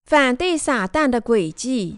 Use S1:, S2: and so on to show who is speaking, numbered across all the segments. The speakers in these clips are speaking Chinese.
S1: 反对撒旦的诡计。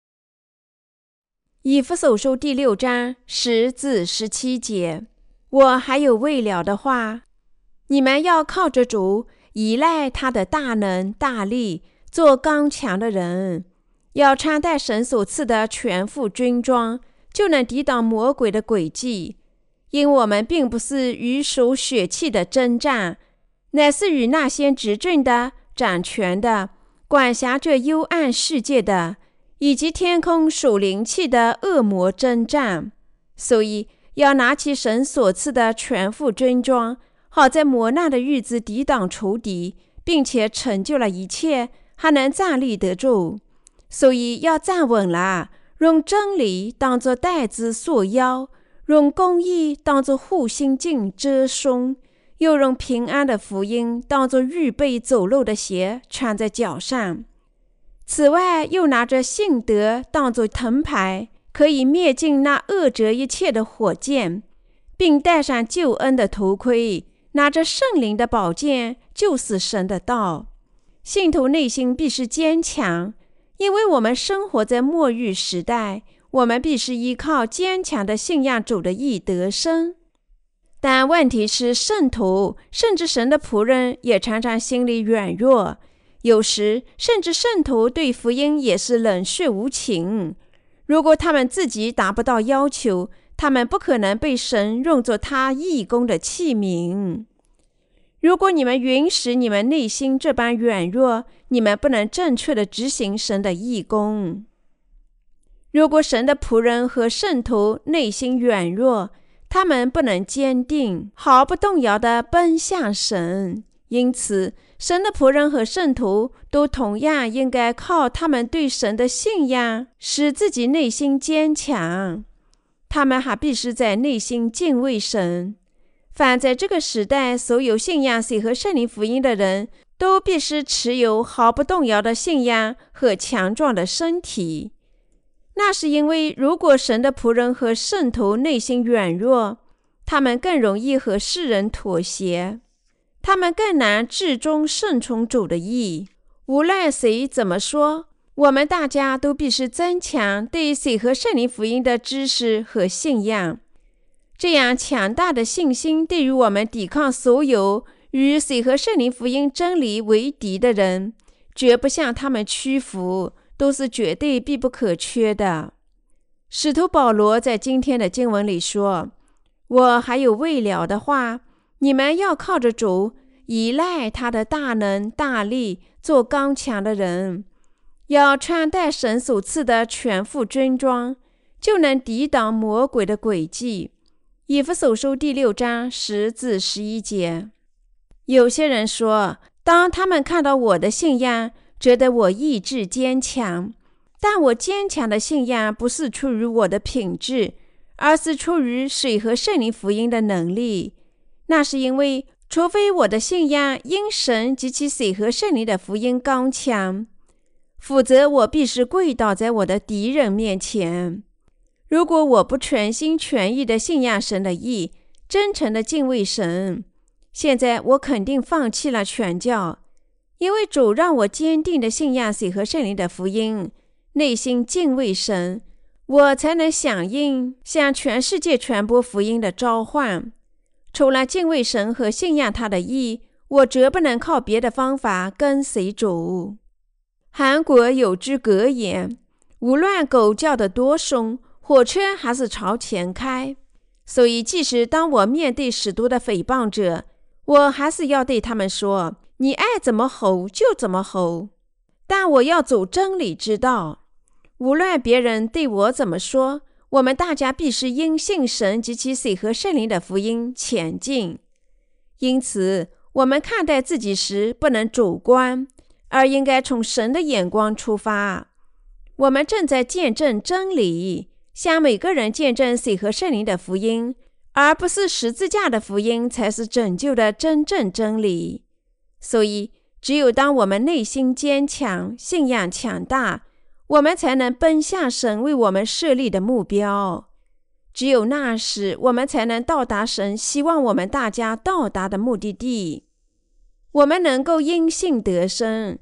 S1: 以弗所书第6章10至17节，我还有未了的话，你们要靠着主，依赖他的大能大力，做刚强的人，要穿戴神所赐的全副军装，就能抵挡魔鬼的诡计。因我们并不是与属血气的征战，乃是与那些执政的、掌权的、管辖这幽暗世界的，以及天空属灵气的恶魔征战。所以要拿起神所赐的全副军装，好在磨难的日子抵挡仇敌，并且成就了一切，还能站立得住。所以要站稳了，用真理当作带子束腰，用公义当作护心镜遮胸，又用平安的福音当作预备走路的鞋穿在脚上。此外，又拿着信德当作藤牌，可以灭尽那恶者一切的火箭，并戴上救恩的头盔，拿着圣灵的宝剑，就是神的道。信徒内心必是坚强，因为我们生活在末日时代，我们必是依靠坚强的信仰主的义得生。但问题是，圣徒甚至神的仆人也常常心里软弱，有时甚至圣徒对福音也是冷血无情。如果他们自己达不到要求，他们不可能被神用作他义工的器皿。如果你们允许你们内心这般软弱，你们不能正确地执行神的义工。如果神的仆人和圣徒内心软弱，他们不能坚定、毫不动摇地奔向神。因此，神的仆人和圣徒都同样应该靠他们对神的信仰，使自己内心坚强。他们还必须在内心敬畏神。凡在这个时代，所有信仰水和圣灵福音的人，都必须持有毫不动摇的信仰和强壮的身体。那是因为，如果神的仆人和圣徒内心软弱，他们更容易和世人妥协，他们更难至终顺从主的意。无论谁怎么说，我们大家都必须增强对水和圣灵福音的知识和信仰。这样强大的信心对于我们抵抗所有与水和圣灵福音真理为敌的人，绝不向他们屈服，都是绝对必不可缺的。使徒保罗在今天的经文里说，我还有未了的话，你们要靠着主，依赖他的大能大力，做刚强的人，要穿戴神所赐的全副军装，就能抵挡魔鬼的诡计。以弗所书第6章10至11节。有些人说，当他们看到我的信仰，觉得我意志坚强，但我坚强的信仰不是出于我的品质，而是出于水和圣灵福音的能力。那是因为，除非我的信仰因神及其水和圣灵的福音刚强，否则我必是跪倒在我的敌人面前。如果我不全心全意地信仰神的义，真诚地敬畏神，现在我肯定放弃了传教，因为主让我坚定地信仰水和圣灵的福音，内心敬畏神，我才能响应向全世界传播福音的召唤。除了敬畏神和信仰他的义，我绝不能靠别的方法跟随主。韩国有句格言，无论狗叫得多凶，火车还是朝前开。所以即使当我面对使徒的诽谤者，我还是要对他们说，你爱怎么吼就怎么吼，但我要走真理之道。无论别人对我怎么说，我们大家必须因信神及其水和圣灵的福音前进。因此，我们看待自己时不能主观，而应该从神的眼光出发。我们正在见证真理，向每个人见证水和圣灵的福音，而不是十字架的福音才是拯救的真正真理。所以，只有当我们内心坚强，信仰强大，我们才能奔向神为我们设立的目标。只有那时，我们才能到达神希望我们大家到达的目的地。我们能够因信得生，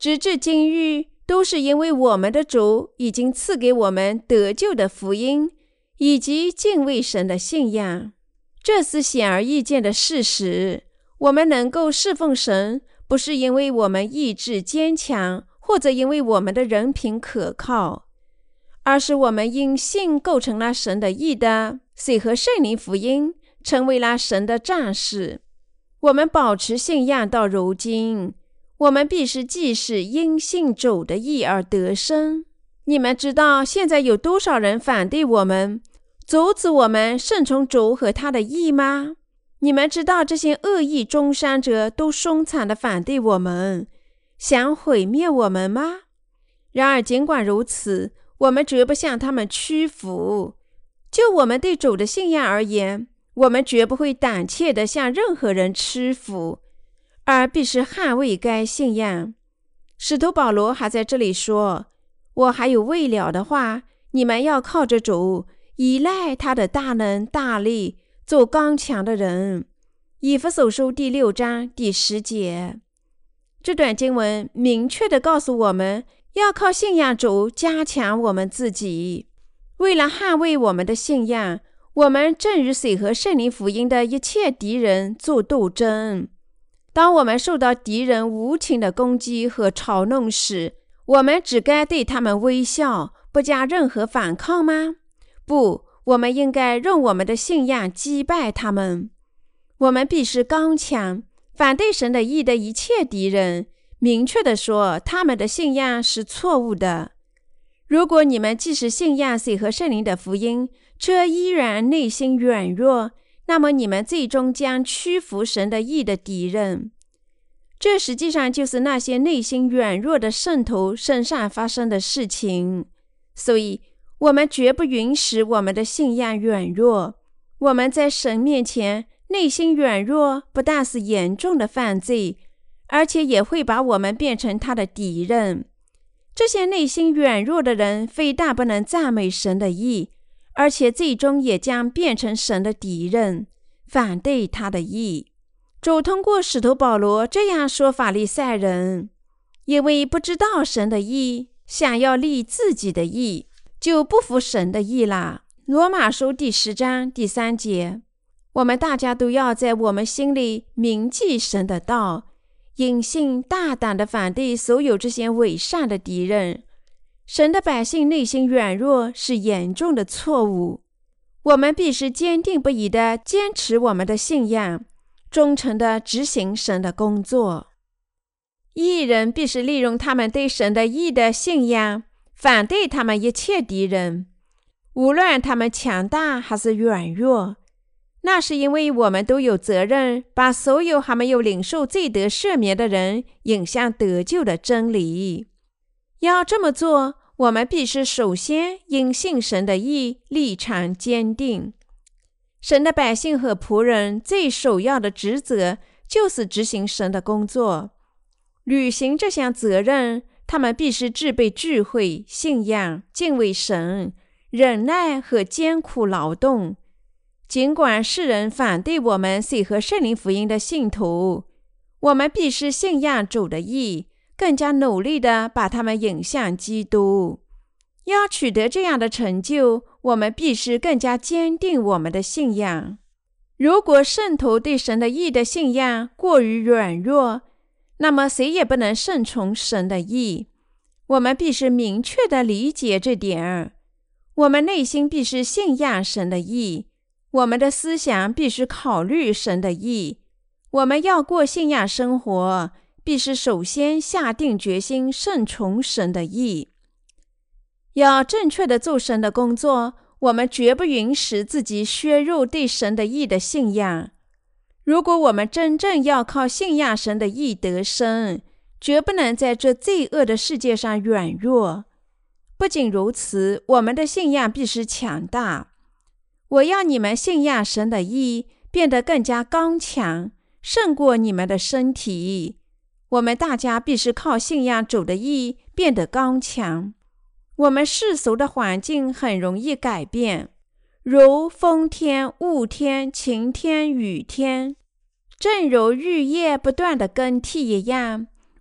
S1: 直至今日，都是因为我们的主已经赐给我们得救的福音，以及敬畏神的信仰。这是显而易见的事实。我们能够侍奉神，不是因为我们意志坚强，或者因为我们的人品可靠，而是我们因信构成了神的义的水和圣灵福音，成为了神的战士。我们保持信仰到如今，我们必是既是因信主的义而得生。你们知道现在有多少人反对我们，阻止我们顺从主和他的义吗？你们知道这些恶意中伤者都凶残地反对我们，想毁灭我们吗？然而尽管如此，我们绝不向他们屈服。就我们对主的信仰而言，我们绝不会胆怯地向任何人屈服，而必是捍卫该信仰。使徒保罗还在这里说，我还有未了的话，你们要靠着主，依赖他的大能大力，做刚强的人。以弗所书第6章第10节。这段经文明确地告诉我们，要靠信仰主加强我们自己。为了捍卫我们的信仰，我们正与水和圣灵福音的一切敌人做斗争。当我们受到敌人无情的攻击和嘲弄时，我们只该对他们微笑，不加任何反抗吗？不，我们应该用我们的信仰击败他们。我们必须刚强，反对神的义的一切敌人，明确地说，他们的信仰是错误的。如果你们即使信仰水和圣灵的福音，却依然内心软弱，那么你们最终将屈服神的义的敌人。这实际上就是那些内心软弱的圣徒身上发生的事情。所以我们绝不允许我们的信仰软弱。我们在神面前内心软弱，不但是严重的犯罪，而且也会把我们变成他的敌人。这些内心软弱的人非但不能赞美神的义，而且最终也将变成神的敌人，反对他的义。主通过使徒保罗这样说法利赛人，因为不知道神的义，想要立自己的义，就不服神的义啦。罗马书第10章第3节。我们大家都要在我们心里铭记神的道，因信大胆地反对所有这些伪善的敌人。神的百姓内心软弱是严重的错误。我们必须坚定不移地坚持我们的信仰，忠诚地执行神的工作。义人必须利用他们对神的义的信仰，反对他们一切敌人，无论他们强大还是软弱。那是因为我们都有责任把所有还没有领受罪得赦免的人引向得救的真理。要这么做，我们必须首先因信神的义立场坚定。神的百姓和仆人最首要的职责就是执行神的工作。履行这项责任，他们必须具备智慧、信仰、敬畏神、忍耐和艰苦劳动。尽管世人反对我们水和圣灵福音的信徒，我们必须信仰主的义，更加努力地把他们引向基督。要取得这样的成就，我们必须更加坚定我们的信仰。如果圣徒对神的义的信仰过于软弱，那么谁也不能顺从神的义。我们必须明确地理解这点。我们内心必须信仰神的义，我们的思想必须考虑神的义。我们要过信仰生活，必须首先下定决心顺从神的义。要正确地做神的工作，我们绝不允许自己削弱对神的义的信仰。如果我们真正要靠信仰神的义得生，绝不能在这罪恶的世界上软弱。不仅如此，我们的信仰必须强大。我要你们信仰神的义变得更加刚强，胜过你们的身体。我们大家必须靠信仰主的义变得刚强。我们世俗的环境很容易改变，如风天、雾天、晴天、雨天，正如日夜不断的更替一样，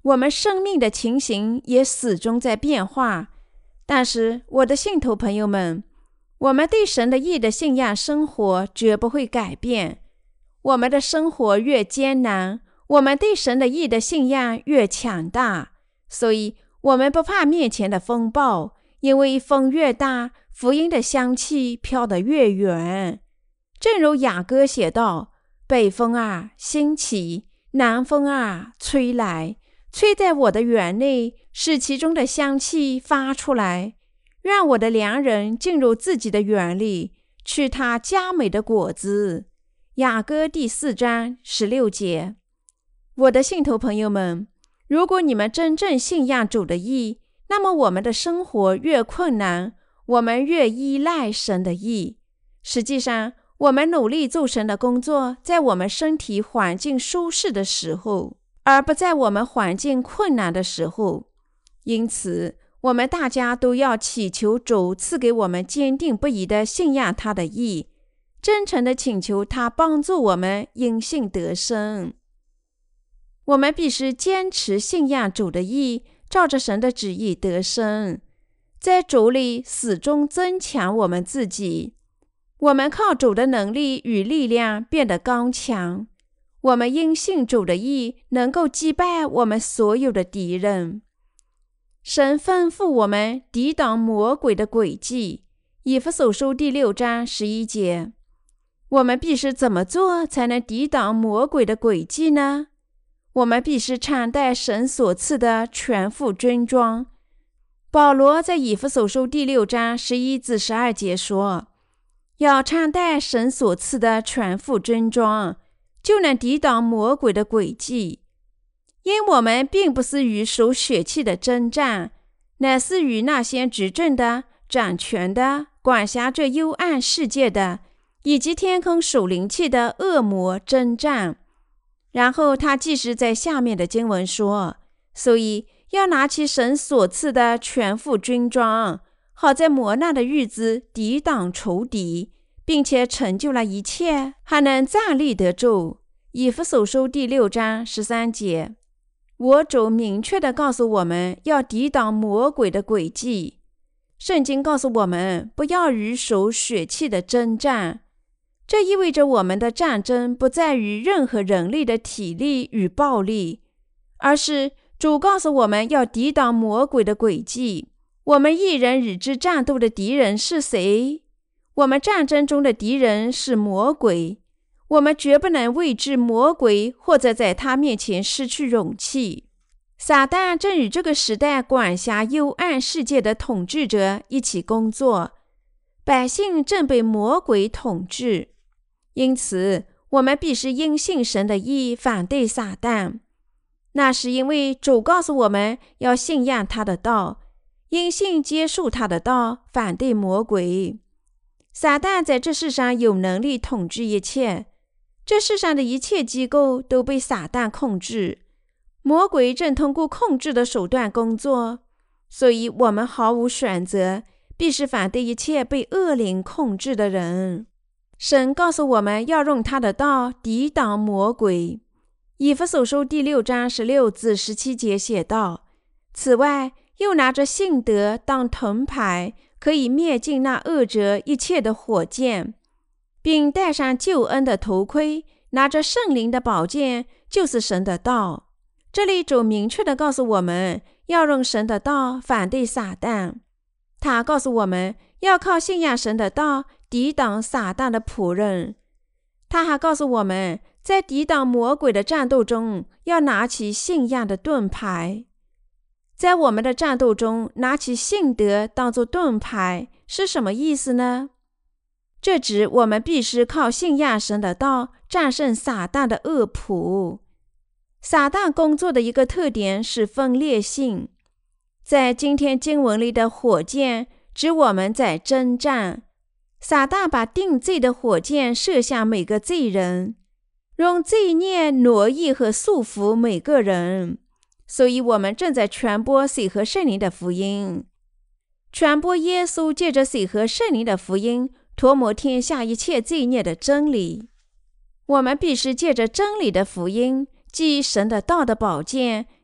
S1: 我们生命的情形也始终在变化。但是，我的信徒朋友们，我们对神的义的信仰生活绝不会改变。我们的生活越艰难，我们对神的义的信仰越强大。所以，我们不怕面前的风暴，因为风越大，福音的香气飘得越远。正如雅歌写道：北风啊，兴起，南风啊，吹来，吹在我的园内，使其中的香气发出来，让我的良人进入自己的园里，吃他佳美的果子。雅歌第4章16节。我的信徒朋友们，如果你们真正信仰主的义，那么我们的生活越困难，我们越依赖神的义。实际上，我们努力做神的工作，在我们身体环境舒适的时候，而不在我们环境困难的时候。因此，我们大家都要祈求主赐给我们坚定不移的信仰他的义，真诚地请求他帮助我们因信得生。我们必须坚持信仰主的义，照着神的旨意得生，在主里始终增强我们自己。我们靠主的能力与力量变得刚强。我们因信主的义，能够击败我们所有的敌人。神吩咐我们抵挡魔鬼的诡计，以弗所书第6章11节。我们必须怎么做才能抵挡魔鬼的诡计呢？我们必须穿戴神所赐的全副军装。保罗在以弗所书第6章11至12节说，要穿戴神所赐的全副军装，就能抵挡魔鬼的诡计。因我们并不是与属血气的征战，乃是与那些执政的、掌权的、管辖这幽暗世界的，以及天空属灵气的恶魔征战。然后他继续在下面的经文说，所以要拿起神所赐的全副军装，好在磨难的日子抵挡仇敌，并且成就了一切，还能站立得住。以弗所书第6章13节。我主明确地告诉我们要抵挡魔鬼的诡计。圣经告诉我们不要与属血气的征战，这意味着我们的战争不在于任何人类的体力与暴力，而是主告诉我们要抵挡魔鬼的诡计。我们一人与之战斗的敌人是谁？我们战争中的敌人是魔鬼。我们绝不能畏惧魔鬼，或者在他面前失去勇气。撒旦正与这个时代管辖幽暗世界的统治者一起工作，百姓正被魔鬼统治。因此，我们必须因信神的义反对撒旦。那是因为主告诉我们要信仰他的道，因信接受他的道，反对魔鬼。撒旦在这世上有能力统治一切，这世上的一切机构都被撒旦控制，魔鬼正通过控制的手段工作，所以我们毫无选择，必须反对一切被恶灵控制的人。神告诉我们要用他的道抵挡魔鬼。以弗所书第6章16至17节写道，此外，又拿着信德当盾牌，可以灭尽那恶者一切的火箭，并戴上救恩的头盔，拿着圣灵的宝剑，就是神的道。这里主明确地告诉我们要用神的道反对撒旦。他告诉我们要靠信仰神的道抵挡撒旦的仆人。他还告诉我们在抵挡魔鬼的战斗中要拿起信仰的盾牌。在我们的战斗中拿起信德当作盾牌是什么意思呢？这指我们必须靠信仰神的道战胜撒旦的恶仆。撒旦工作的一个特点是分裂性。在今天经文里的火箭指我们在征战，撒旦把定罪的火箭射向每个罪人，用罪孽挪移和束缚每个人。所以我们正在传播水和圣灵的福音，传播耶稣借着水和圣灵的福音涂抹天下一切罪孽的真理。我们必须借着真理的福音，即神的道的宝剑，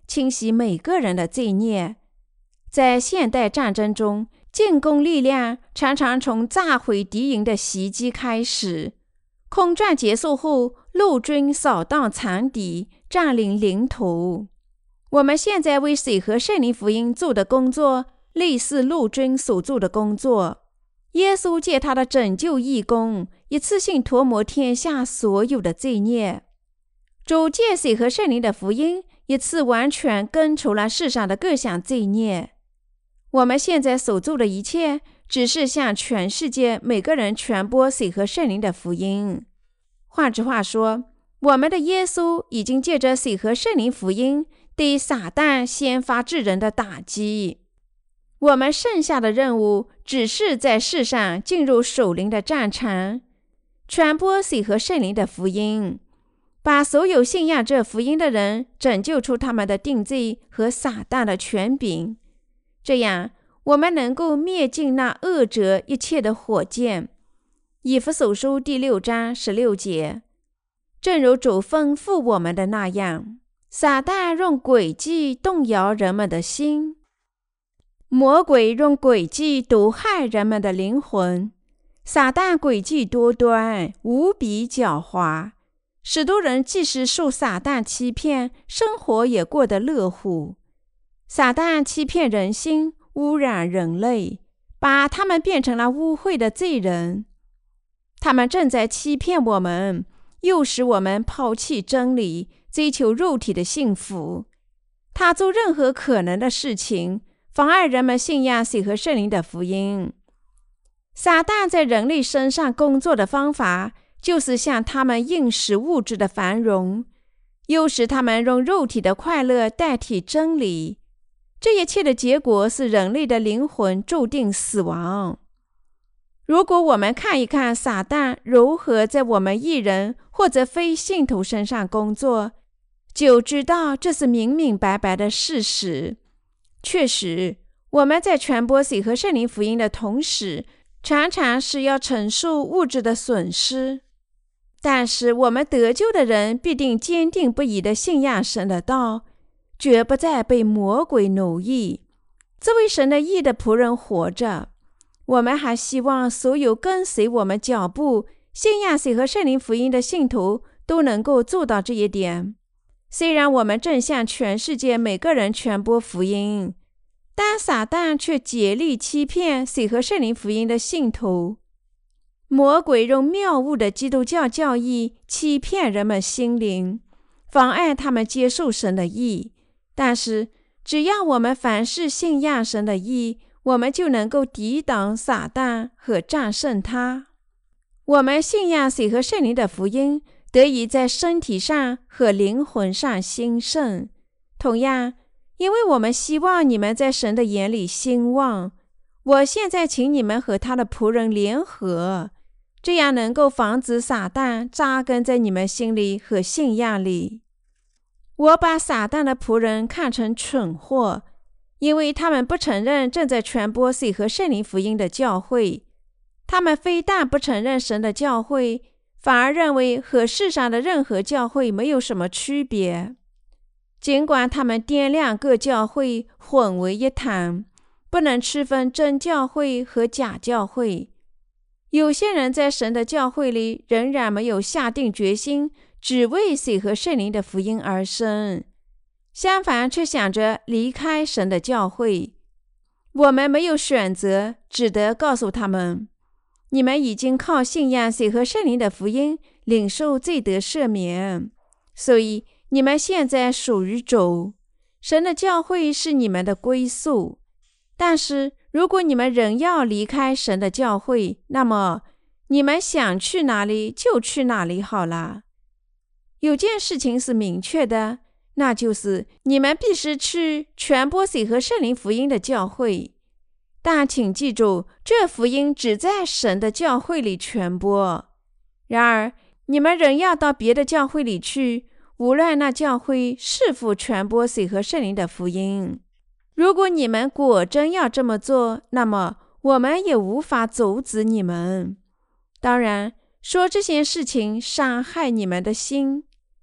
S1: 清洗每个人的罪孽。在现代战争中，进攻力量常常从炸毁敌营的袭击开始，空战结束后，陆军扫荡残敌，占领领土。我们现在为水和圣灵福音做的工作，类似陆军所做的工作。耶稣借他的拯救义工，一次性涂抹天下所有的罪孽。主借水和圣灵的福音，一次完全根除了世上的各项罪孽。我们现在所做的一切，只是向全世界每个人传播水和圣灵的福音。换句话说，我们的耶稣已经借着水和圣灵福音，对撒旦先发制人的打击。我们剩下的任务，只是在世上进入属灵的战场，传播水和圣灵的福音，把所有信仰这福音的人拯救出他们的定罪和撒旦的权柄。这样，我们能够灭尽那恶者一切的火箭。以弗所书第6章16节，正如主吩咐我们的那样，撒旦用诡计动摇人们的心，魔鬼用诡计毒害人们的灵魂。撒旦诡计多端，无比狡猾，许多人即使受撒旦欺骗，生活也过得乐乎。撒旦欺骗人心，污染人类，把他们变成了污秽的罪人。他们正在欺骗我们，诱使我们抛弃真理，追求肉体的幸福。他做任何可能的事情，妨碍人们信仰水和圣灵的福音。撒旦在人类身上工作的方法，就是向他们应使物质的繁荣，诱使他们用肉体的快乐代替真理。这一切的结果是人类的灵魂注定死亡。如果我们看一看撒旦如何在我们义人或者非信徒身上工作，就知道这是明明白白的事实。确实，我们在传播水和圣灵福音的同时，常常是要承受物质的损失。但是我们得救的人必定坚定不移地信仰神的道，绝不再被魔鬼奴役。这位神的义的仆人活着。我们还希望所有跟随我们脚步、信仰水和圣灵福音的信徒都能够做到这一点。虽然我们正向全世界每个人传播福音，但撒旦却竭力欺骗水和圣灵福音的信徒。魔鬼用谬误的基督教教义欺骗人们心灵，妨碍他们接受神的义。但是只要我们凡事信仰神的义，我们就能够抵挡撒旦和战胜他。我们信仰水和圣灵的福音，得以在身体上和灵魂上兴盛。同样，因为我们希望你们在神的眼里兴旺，我现在请你们和他的仆人联合，这样能够防止撒旦扎根在你们心里和信仰里。我把撒旦的仆人看成蠢货，因为他们不承认正在传播水和圣灵福音的教会。他们非但不承认神的教会，反而认为和世上的任何教会没有什么区别。尽管他们掂量各教会混为一谈，不能区分真教会和假教会。有些人在神的教会里仍然没有下定决心，只为水和圣灵的福音而生，相反却想着离开神的教会。我们没有选择，只得告诉他们，你们已经靠信仰水和圣灵的福音领受罪得赦免，所以你们现在属于主，神的教会是你们的归宿。但是如果你们仍要离开神的教会，那么你们想去哪里就去哪里好了。有件事情是明确的，那就是你们必须去传播水和圣灵福音的教会。但请记住，这福音只在神的教会里传播。然而，你们仍要到别的教会里去，无论那教会是否传播水和圣灵的福音。如果你们果真要这么做，那么我们也无法阻止你们。当然，说这些事情伤害你们的心，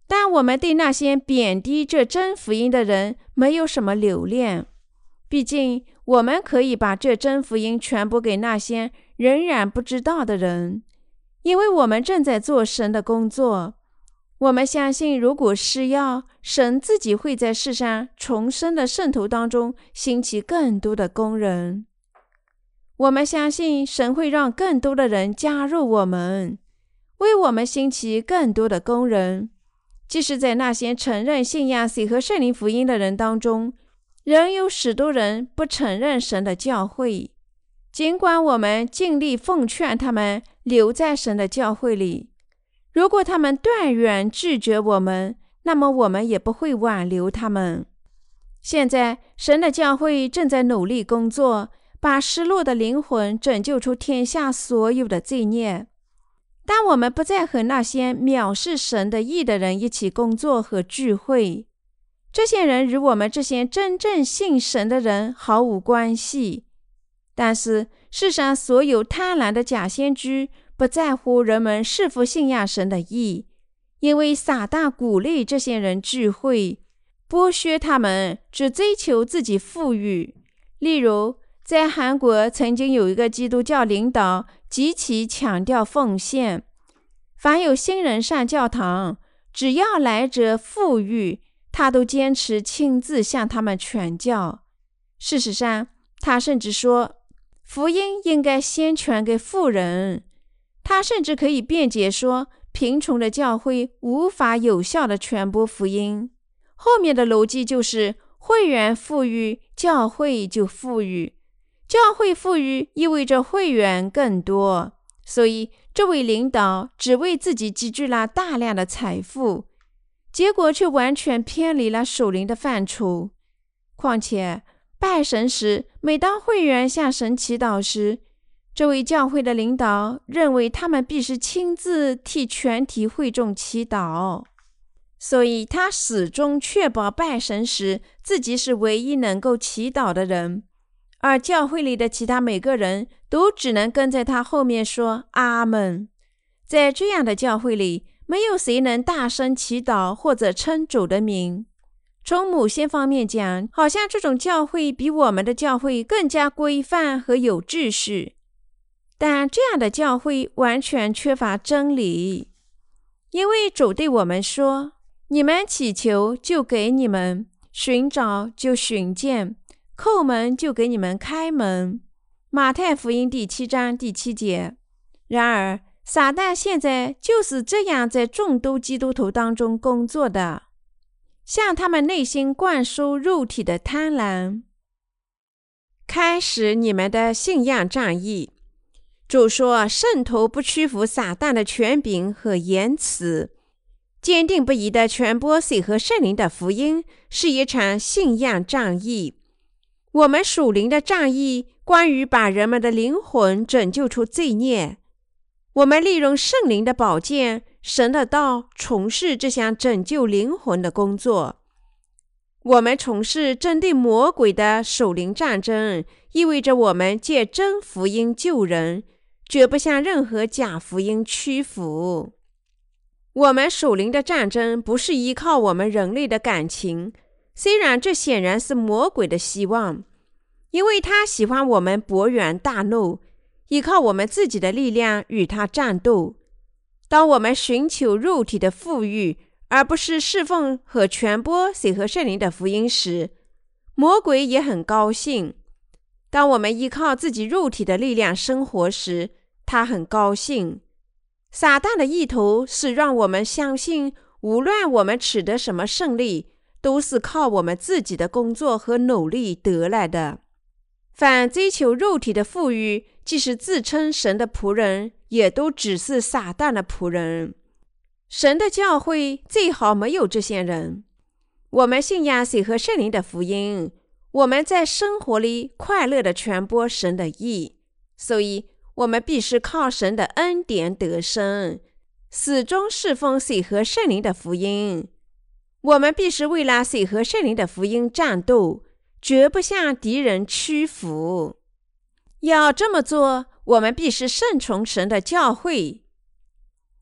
S1: 但我们对那些贬低这真福音的人没有什么留恋，毕竟我们可以把这真福音传播给那些仍然不知道的人，因为我们正在做神的工作。我们相信，如果是要，神自己会在世上重生的圣徒当中兴起更多的工人。我们相信，神会让更多的人加入我们，为我们兴起更多的工人。即使在那些承认信仰水和圣灵福音的人当中，仍有许多人不承认神的教会。尽管我们尽力奉劝他们留在神的教会里，如果他们断然拒绝我们，那么我们也不会挽留他们。现在，神的教会正在努力工作，把失落的灵魂拯救出天下所有的罪孽。但我们不再和那些藐视神的义的人一起工作和聚会，这些人与我们这些真正信神的人毫无关系。但是世上所有贪婪的假先知不在乎人们是否信仰神的义，因为撒旦鼓励这些人聚会，剥削他们，只追求自己富裕。例如，在韩国曾经有一个基督教领导极其强调奉献，凡有新人上教堂，只要来者富裕，他都坚持亲自向他们传教。事实上，他甚至说，福音应该先传给富人。他甚至可以辩解说，贫穷的教会无法有效地传播福音。后面的逻辑就是，会员富裕，教会就富裕。教会富裕意味着会员更多，所以这位领导只为自己积聚了大量的财富，结果却完全偏离了属灵的范畴。况且拜神时，每当会员向神祈祷时，这位教会的领导认为他们必须亲自替全体会众祈祷，所以他始终确保拜神时自己是唯一能够祈祷的人，而教会里的其他每个人都只能跟在他后面说阿们。在这样的教会里，没有谁能大声祈祷或者称主的名。从某些方面讲，好像这种教会比我们的教会更加规范和有秩序，但这样的教会完全缺乏真理。因为主对我们说，你们祈求就给你们，寻找就寻见，叩门就给你们开门。马太福音第7章第7节。然而撒旦现在就是这样在众多基督徒当中工作的，向他们内心灌输肉体的贪婪。开始你们的信仰战役。主说，圣徒不屈服撒旦的权柄和言辞，坚定不移地传播水和圣灵的福音，是一场信仰战役。我们属灵的战役关于把人们的灵魂拯救出罪孽。我们利用圣灵的宝剑，神的道，从事这项拯救灵魂的工作。我们从事针对魔鬼的属灵战争，意味着我们借真福音救人，绝不向任何假福音屈服。我们属灵的战争不是依靠我们人类的感情，虽然这显然是魔鬼的希望，因为他喜欢我们勃然大怒，依靠我们自己的力量与他战斗。当我们寻求肉体的富裕，而不是侍奉和传播水和圣灵的福音时，魔鬼也很高兴。当我们依靠自己肉体的力量生活时，他很高兴。撒旦的意图是让我们相信，无论我们取得什么胜利，都是靠我们自己的工作和努力得来的。凡追求肉体的富裕，即使自称神的仆人，也都只是撒旦的仆人。神的教会最好没有这些人。我们信仰水和圣灵的福音，我们在生活里快乐地传播神的义，所以我们必须靠神的恩典得生，始终侍奉水和圣灵的福音。我们必须为了水和圣灵的福音战斗，绝不向敌人屈服。要这么做，我们必须顺从神的教诲。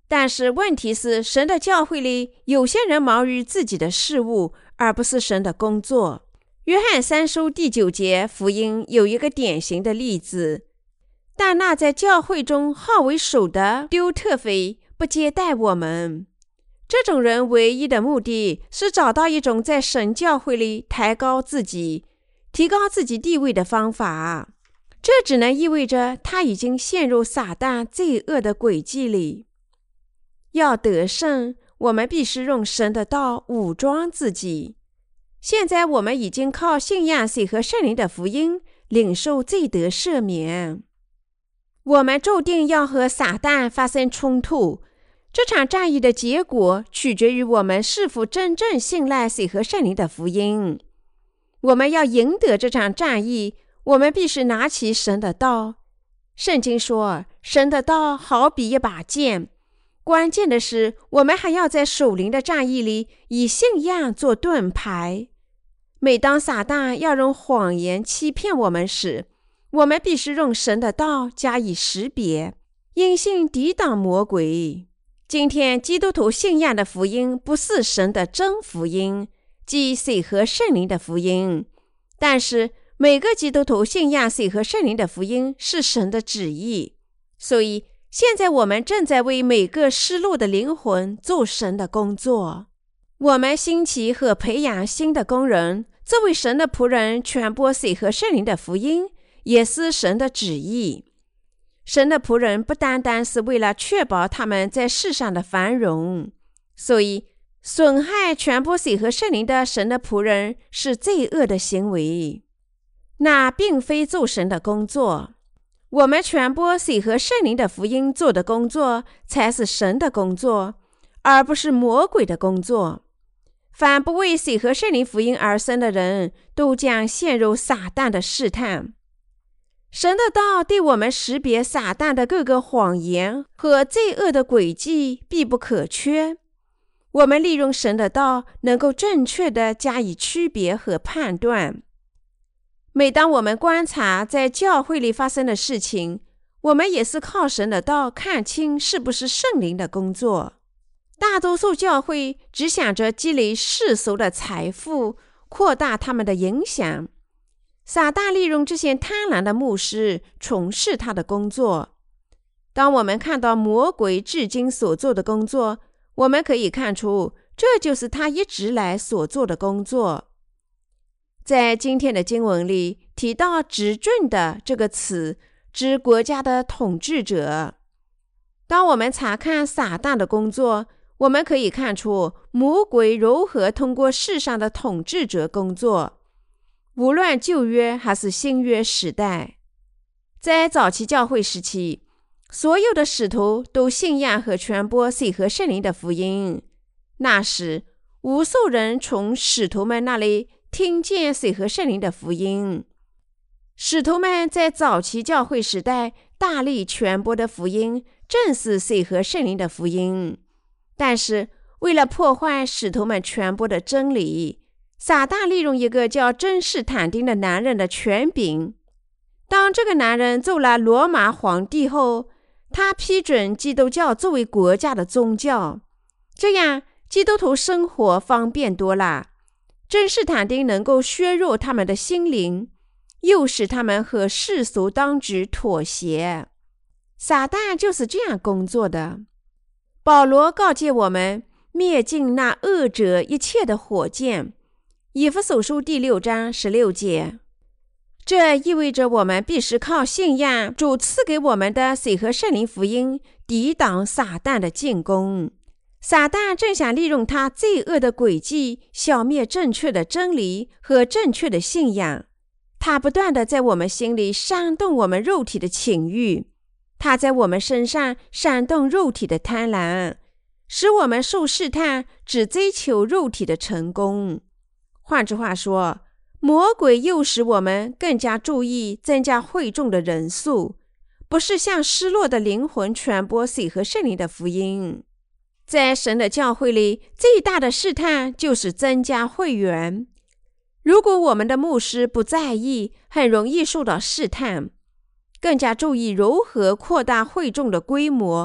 S1: 但是问题是，神的教会里有些人忙于自己的事务，而不是神的工作。约翰3书第9节福音有一个典型的例子，但那在教会中好为首的丢特腓不接待我们。这种人唯一的目的是找到一种在神教会里抬高自己、提高自己地位的方法，这只能意味着他已经陷入撒旦罪恶的诡计里。要得胜，我们必须用神的道武装自己。现在我们已经靠信仰水和圣灵的福音领受罪得赦免。我们注定要和撒旦发生冲突，这场战役的结果取决于我们是否真正信赖水和圣灵的福音。我们要赢得这场战役，我们必须拿起神的道。圣经说，神的道好比一把剑。关键的是，我们还要在属灵的战役里以信仰做盾牌。每当撒旦要用谎言欺骗我们时，我们必须用神的道加以识别，因信抵挡魔鬼。今天基督徒信仰的福音不是神的真福音，即水和圣灵的福音，但是每个基督徒信仰水和圣灵的福音是神的旨意。所以现在我们正在为每个失落的灵魂做神的工作。我们兴起和培养新的工人，作为神的仆人传播水和圣灵的福音，也是神的旨意。神的仆人不单单是为了确保他们在世上的繁荣，所以损害传播水和圣灵的神的仆人是罪恶的行为，那并非做神的工作。我们传播水和圣灵的福音做的工作才是神的工作，而不是魔鬼的工作。凡不为水和圣灵福音而生的人，都将陷入撒旦的试探。神的道对我们识别撒旦的各个谎言和罪恶的诡计必不可缺。我们利用神的道，能够正确地加以区别和判断。每当我们观察在教会里发生的事情，我们也是靠神的道看清是不是圣灵的工作。大多数教会只想着积累世俗的财富，扩大他们的影响。撒旦利用这些贪婪的牧师从事他的工作。当我们看到魔鬼至今所做的工作，我们可以看出这就是他一直来所做的工作。在今天的经文里提到执政的这个词，指国家的统治者。当我们查看撒旦的工作，我们可以看出魔鬼如何通过世上的统治者工作，无论旧约还是新约时代。在早期教会时期，所有的使徒都信仰和传播水和圣灵的福音。那时无数人从使徒们那里听见水和圣灵的福音。使徒们在早期教会时代大力传播的福音正是水和圣灵的福音。但是为了破坏使徒们传播的真理，撒旦利用一个叫真士坦丁的男人的权柄。当这个男人做了罗马皇帝后，他批准基督教作为国家的宗教，这样基督徒生活方便多了。真士坦丁能够削弱他们的心灵，诱使他们和世俗当局妥协。撒旦就是这样工作的。保罗告诫我们灭尽那恶者一切的火箭，以弗所书第6章16节。这意味着我们必须靠信仰主赐给我们的水和圣灵福音，抵挡撒旦的进攻。撒旦正想利用他罪恶的诡计，消灭正确的真理和正确的信仰。他不断地在我们心里煽动我们肉体的情欲，他在我们身上煽动肉体的贪婪，使我们受试探，只追求肉体的成功。换句话说，魔鬼诱使我们更加注意增加会众的人数，不是向失落的灵魂传播水和圣灵的福音。在神的教会里，最大的试探就是增加会员。如果我们的牧师不在意，很容易受到试探。更加注意如何扩大会众的规模，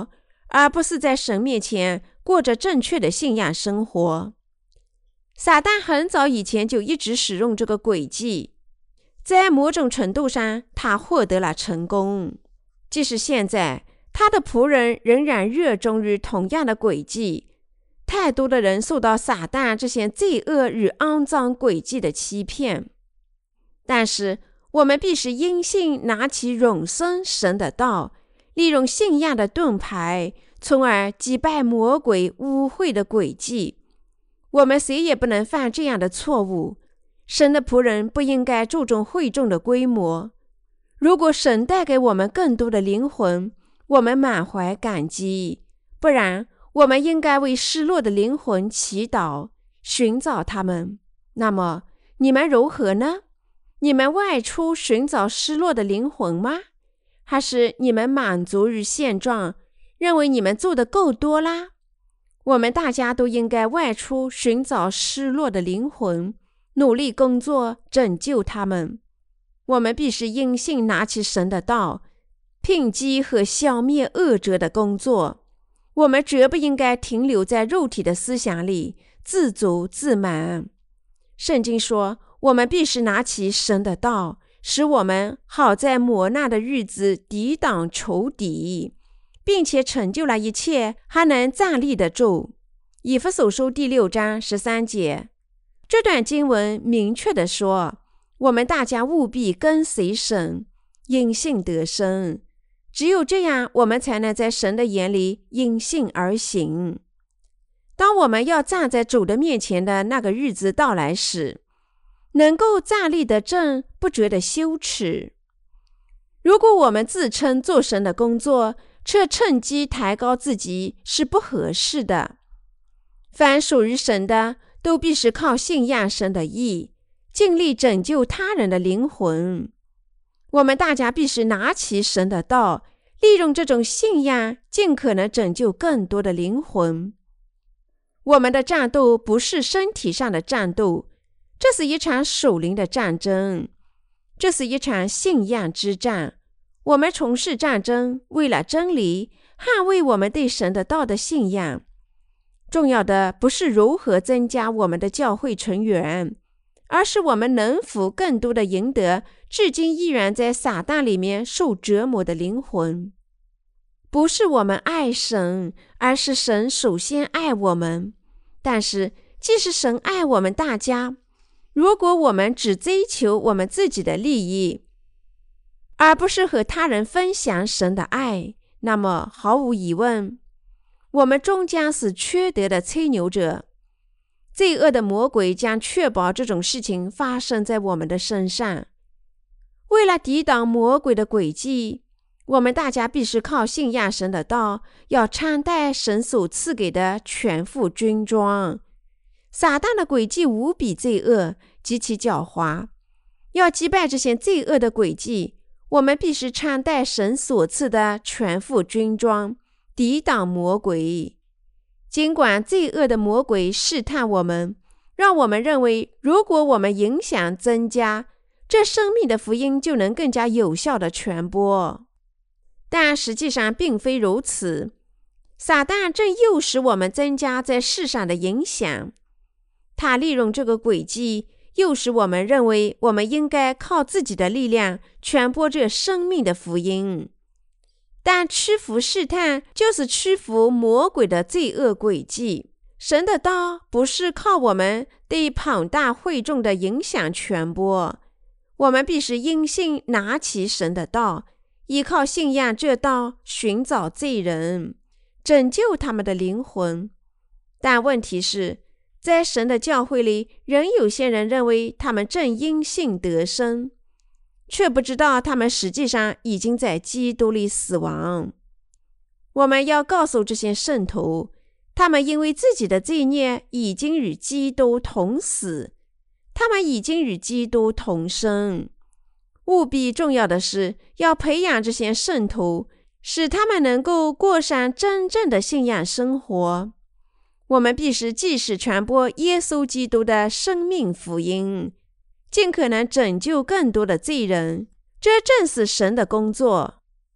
S1: 而不是在神面前过着正确的信仰生活。撒旦很早以前就一直使用这个诡计，在某种程度上他获得了成功。即使现在他的仆人仍然热衷于同样的诡计，太多的人受到撒旦这些罪恶与肮脏诡计的欺骗。但是我们必须因信拿起永生神的道，利用信仰的盾牌，从而击败魔鬼污秽的诡计。我们谁也不能犯这样的错误。神的仆人不应该注重会众的规模。如果神带给我们更多的灵魂，我们满怀感激；不然，我们应该为失落的灵魂祈祷，寻找他们。那么，你们如何呢？你们外出寻找失落的灵魂吗？还是你们满足于现状，认为你们做得够多啦？我们大家都应该外出寻找失落的灵魂，努力工作，拯救他们。我们必须因信拿起神的道，抨击和消灭恶者的工作。我们绝不应该停留在肉体的思想里，自足自满。圣经说，我们必须拿起神的道，使我们好在磨难的日子抵挡仇敌，并且成就了一切，还能站立得住。以弗所书第6章13节。这段经文明确地说，我们大家务必跟随神，因信得生。只有这样，我们才能在神的眼里因信而行。当我们要站在主的面前的那个日子到来时，能够站立得正，不觉得羞耻。如果我们自称做神的工作，却趁机抬高自己，是不合适的。凡属于神的，都必须靠信仰神的义，尽力拯救他人的灵魂。我们大家必须拿起神的道，利用这种信仰，尽可能拯救更多的灵魂。我们的战斗不是身体上的战斗，这是一场属灵的战争，这是一场信仰之战。我们从事战争，为了真理，捍卫我们对神的道的信仰。重要的不是如何增加我们的教会成员，而是我们能否更多的赢得至今依然在撒旦里面受折磨的灵魂。不是我们爱神，而是神首先爱我们。但是即使神爱我们大家，如果我们只追求我们自己的利益，而不是和他人分享神的爱，那么毫无疑问，我们终将是缺德的吹牛者。罪恶的魔鬼将确保这种事情发生在我们的身上。为了抵挡魔鬼的诡计，我们大家必须靠信仰神的道，要穿戴神所赐给的全副军装。撒旦的诡计无比罪恶，极其狡猾。要击败这些罪恶的诡计，我们必须穿戴神所赐的全副军装，抵挡魔鬼。尽管罪恶的魔鬼试探我们，让我们认为如果我们影响增加，这生命的福音就能更加有效地传播。但实际上并非如此。撒旦正诱使我们增加在世上的影响，他利用这个诡计，诱使我们认为我们应该靠自己的力量传播这生命的福音。但屈服试探就是屈服魔鬼的罪恶诡计。神的道不是靠我们对庞大会众的影响传播，我们必须因信拿起神的道，依靠信仰这道寻找罪人，拯救他们的灵魂。但问题是，在神的教会里，仍有些人认为他们正因信得生，却不知道他们实际上已经在基督里死亡。我们要告诉这些圣徒，他们因为自己的罪孽已经与基督同死，他们已经与基督同生。务必重要的是，要培养这些圣徒，使他们能够过上真正的信仰生活。我们必须继续传播耶稣基督的生命福音，尽可能拯救更多的罪人，这正是神的工作。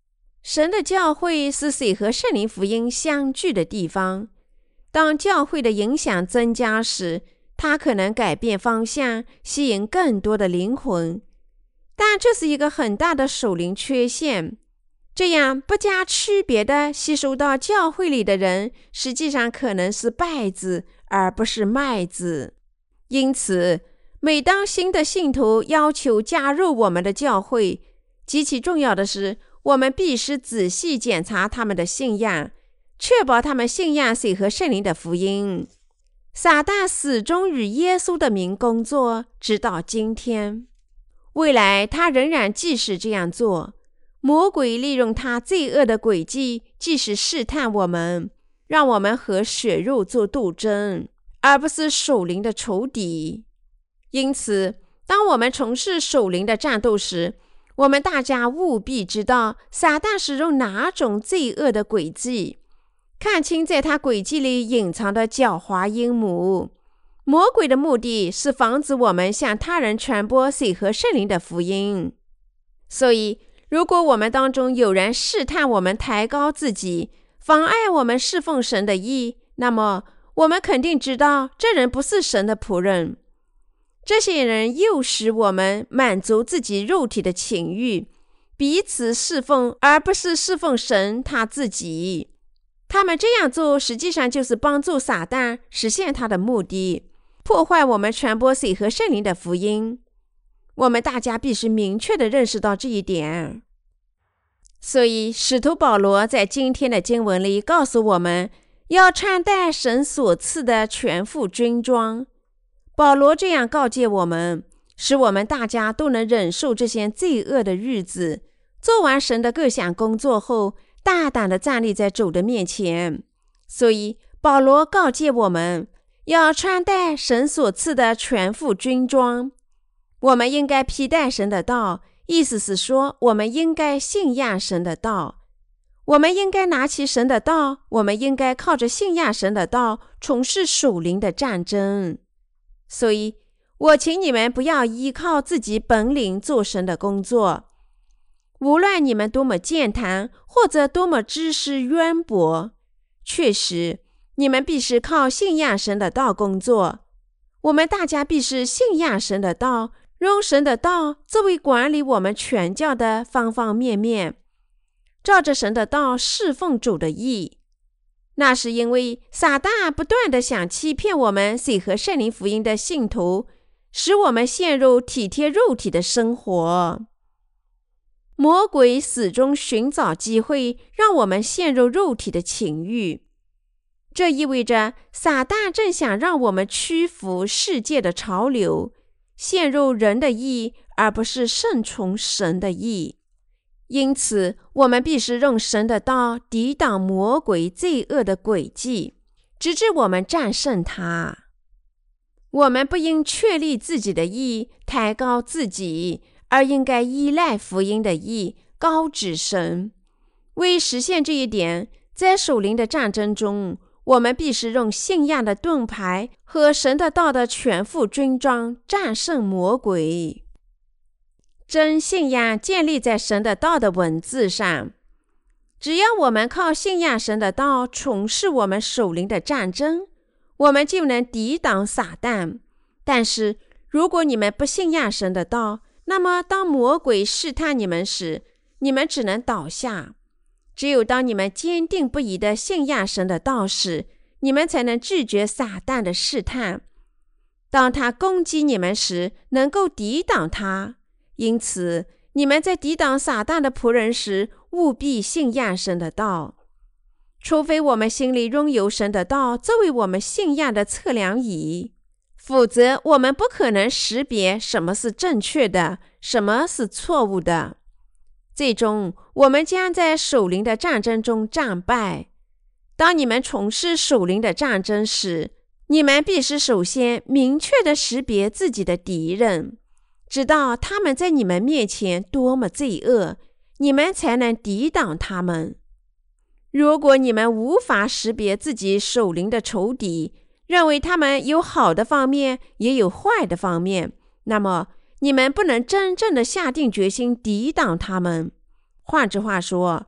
S1: 神的教会是谁和圣灵福音相聚的地方。当教会的影响增加时，它可能改变方向，吸引更多的灵魂。但这是一个很大的属灵缺陷。这样不加区别地吸收到教会里的人，实际上可能是稗子，而不是麦子。因此，每当新的信徒要求加入我们的教会，极其重要的是，我们必须仔细检查他们的信仰，确保他们信仰谁和圣灵的福音。撒旦始终与耶稣的名工作，直到今天。未来他仍然继续这样做。魔鬼利用他罪恶的诡计，继续试探我们，让我们和血肉做斗争，而不是属灵的仇敌。因此，当我们从事属灵的战斗时，我们大家务必知道撒旦使用哪种罪恶的诡计，看清在他诡计里隐藏的狡猾阴谋。魔鬼的目的是防止我们向他人传播水和圣灵的福音。所以，如果我们当中有人试探我们抬高自己，妨碍我们侍奉神的意，那么我们肯定知道这人不是神的仆人。这些人诱使我们满足自己肉体的情欲，彼此侍奉，而不是侍奉神他自己。他们这样做实际上就是帮助撒旦实现他的目的，破坏我们传播水和圣灵的福音。我们大家必须明确地认识到这一点。所以使徒保罗在今天的经文里告诉我们，要穿戴神所赐的全副军装。保罗这样告诫我们，使我们大家都能忍受这些罪恶的日子，做完神的各项工作后，大胆地站立在主的面前。所以保罗告诫我们，要穿戴神所赐的全副军装。我们应该披戴神的道，意思是说，我们应该信仰神的道。我们应该拿起神的道，我们应该靠着信仰神的道，从事属灵的战争。所以，我请你们不要依靠自己本领做神的工作。无论你们多么健谈，或者多么知识渊博，确实，你们必须靠信仰神的道工作。我们大家必须信仰神的道，用神的道作为管理我们全教的方方面面，照着神的道侍奉主的意。那是因为撒旦不断地想欺骗我们水和圣灵福音的信徒，使我们陷入体贴肉体的生活。魔鬼始终寻找机会让我们陷入肉体的情欲，这意味着撒旦正想让我们屈服世界的潮流，陷入人的意，而不是顺从神的意。因此，我们必须用神的道抵挡魔鬼罪恶的诡计，直至我们战胜他。我们不应确立自己的义，抬高自己，而应该依赖福音的义，高举神。为实现这一点，在属灵的战争中，我们必须用信仰的盾牌和神的道的全副军装战胜魔鬼。真信仰建立在神的道的文字上。只要我们靠信仰神的道从事我们属灵的战争，我们就能抵挡撒旦。但是如果你们不信仰神的道，那么当魔鬼试探你们时，你们只能倒下。只有当你们坚定不移地信仰神的道时，你们才能拒绝撒旦的试探。当他攻击你们时，能够抵挡他。因此，你们在抵挡撒旦的仆人时，务必信仰神的道。除非我们心里拥有神的道作为我们信仰的测量仪，否则我们不可能识别什么是正确的，什么是错误的。最终，我们将在属灵的战争中战败。当你们从事属灵的战争时，你们必须首先明确地识别自己的敌人，知道他们在你们面前多么罪恶，你们才能抵挡他们。如果你们无法识别自己属灵的仇敌，认为他们有好的方面，也有坏的方面，那么你们不能真正的下定决心抵挡他们。换句话说，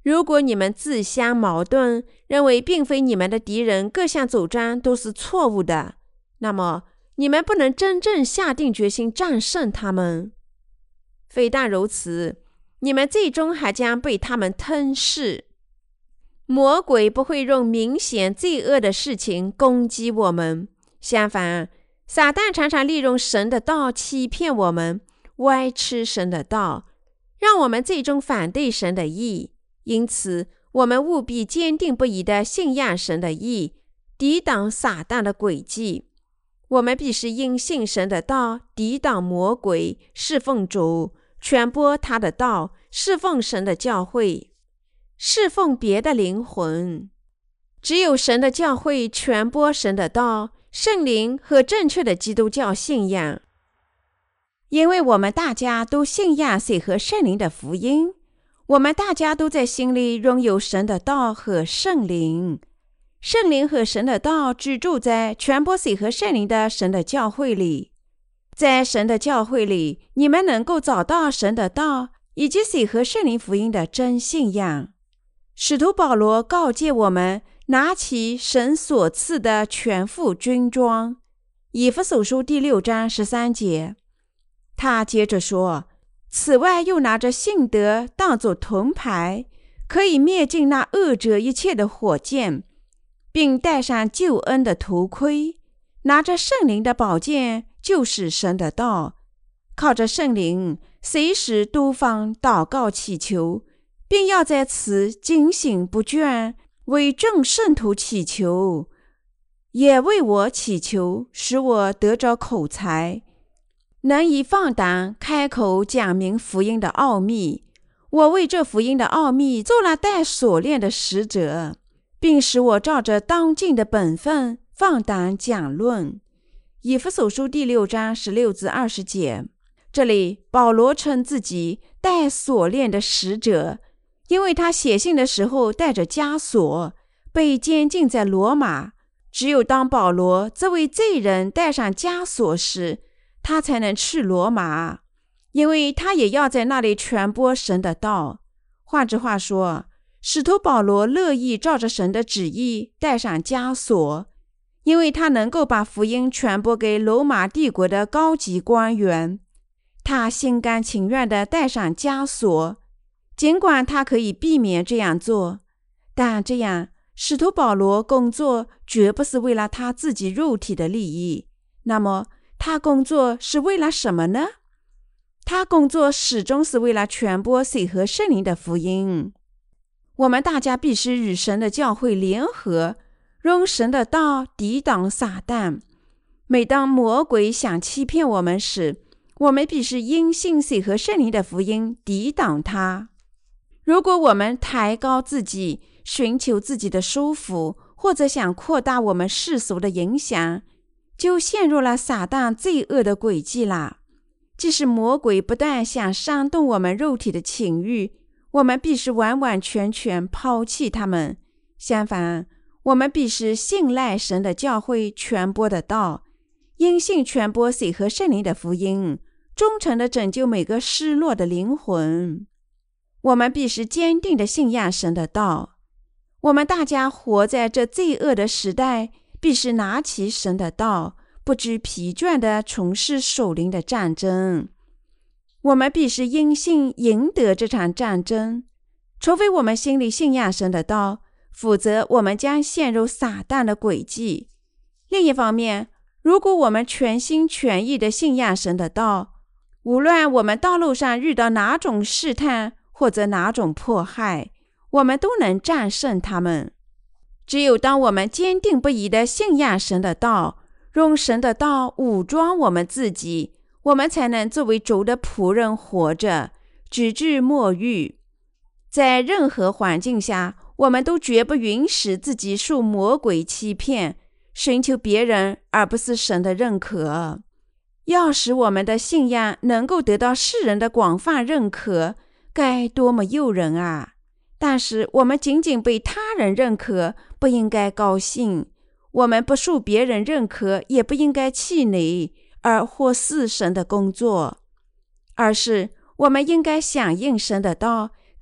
S1: 如果你们自相矛盾，认为并非你们的敌人各项主张都是错误的，那么你们不能真正下定决心战胜他们。非但如此，你们最终还将被他们吞噬。魔鬼不会用明显罪恶的事情攻击我们，相反，撒旦常常利用神的道欺骗我们，歪吃神的道，让我们最终反对神的义。因此，我们务必坚定不移地信仰神的义，抵挡撒旦的诡计。我们必须因信神的道，抵挡魔鬼，侍奉主，传播他的道，侍奉神的教会，侍奉别的灵魂。只有神的教会传播神的道、圣灵和正确的基督教信仰。因为我们大家都信仰水和圣灵的福音，我们大家都在心里拥有神的道和圣灵。圣灵和神的道居住在传播水和圣灵的神的教会里。在神的教会里，你们能够找到神的道以及水和圣灵福音的真信仰。使徒保罗告诫我们拿起神所赐的全副军装，以弗所书第6章13节。他接着说，此外又拿着信德当作盾牌，可以灭尽那恶者一切的火箭，并戴上救恩的头盔，拿着圣灵的宝剑，就是神的道，靠着圣灵随时多方祷告祈求，并要在此警醒不倦，为众圣徒祈求，也为我祈求，使我得着口才，能以放胆开口讲明福音的奥秘。我为这福音的奥秘做了带锁链的使者，并使我照着当尽的本分放胆讲论。以弗所书第6章16至20节。这里保罗称自己带锁链的使者，因为他写信的时候带着枷锁，被监禁在罗马。只有当保罗这位罪人带上枷锁时，他才能去罗马，因为他也要在那里传播神的道。换句话说，使徒保罗乐意照着神的旨意带上枷锁，因为他能够把福音传播给罗马帝国的高级官员。他心甘情愿地带上枷锁，尽管他可以避免这样做，但这样使徒保罗工作绝不是为了他自己肉体的利益。那么他工作是为了什么呢？他工作始终是为了传播水和圣灵的福音。我们大家必须与神的教会联合，用神的道抵挡撒旦。每当魔鬼想欺骗我们时，我们必须因信水和圣灵的福音抵挡他。如果我们抬高自己，寻求自己的舒服，或者想扩大我们世俗的影响，就陷入了撒旦罪恶的诡计啦。即使魔鬼不断想煽动我们肉体的情欲，我们必须完完全全抛弃他们。相反，我们必须信赖神的教会传播的道，因信传播水和圣灵的福音，忠诚地拯救每个失落的灵魂。我们必须坚定地信仰神的道。我们大家活在这罪恶的时代，必须拿起神的道，不知疲倦地从事属灵的战争。我们必须因信赢得这场战争，除非我们心里信仰神的道，否则我们将陷入撒旦的诡计。另一方面，如果我们全心全意地信仰神的道，无论我们道路上遇到哪种试探或者哪种迫害，我们都能战胜他们。只有当我们坚定不移地信仰神的道，用神的道武装我们自己，我们才能作为主的仆人活着，直至末日。在任何环境下，我们都绝不允许自己受魔鬼欺骗，寻求别人而不是神的认可。要使我们的信仰能够得到世人的广泛认可，该多么诱人啊！但是我们仅仅被他人认可，不应该高兴；我们不受别人认可，也不应该气馁而或是神的工作，而是我们应该响应神的道，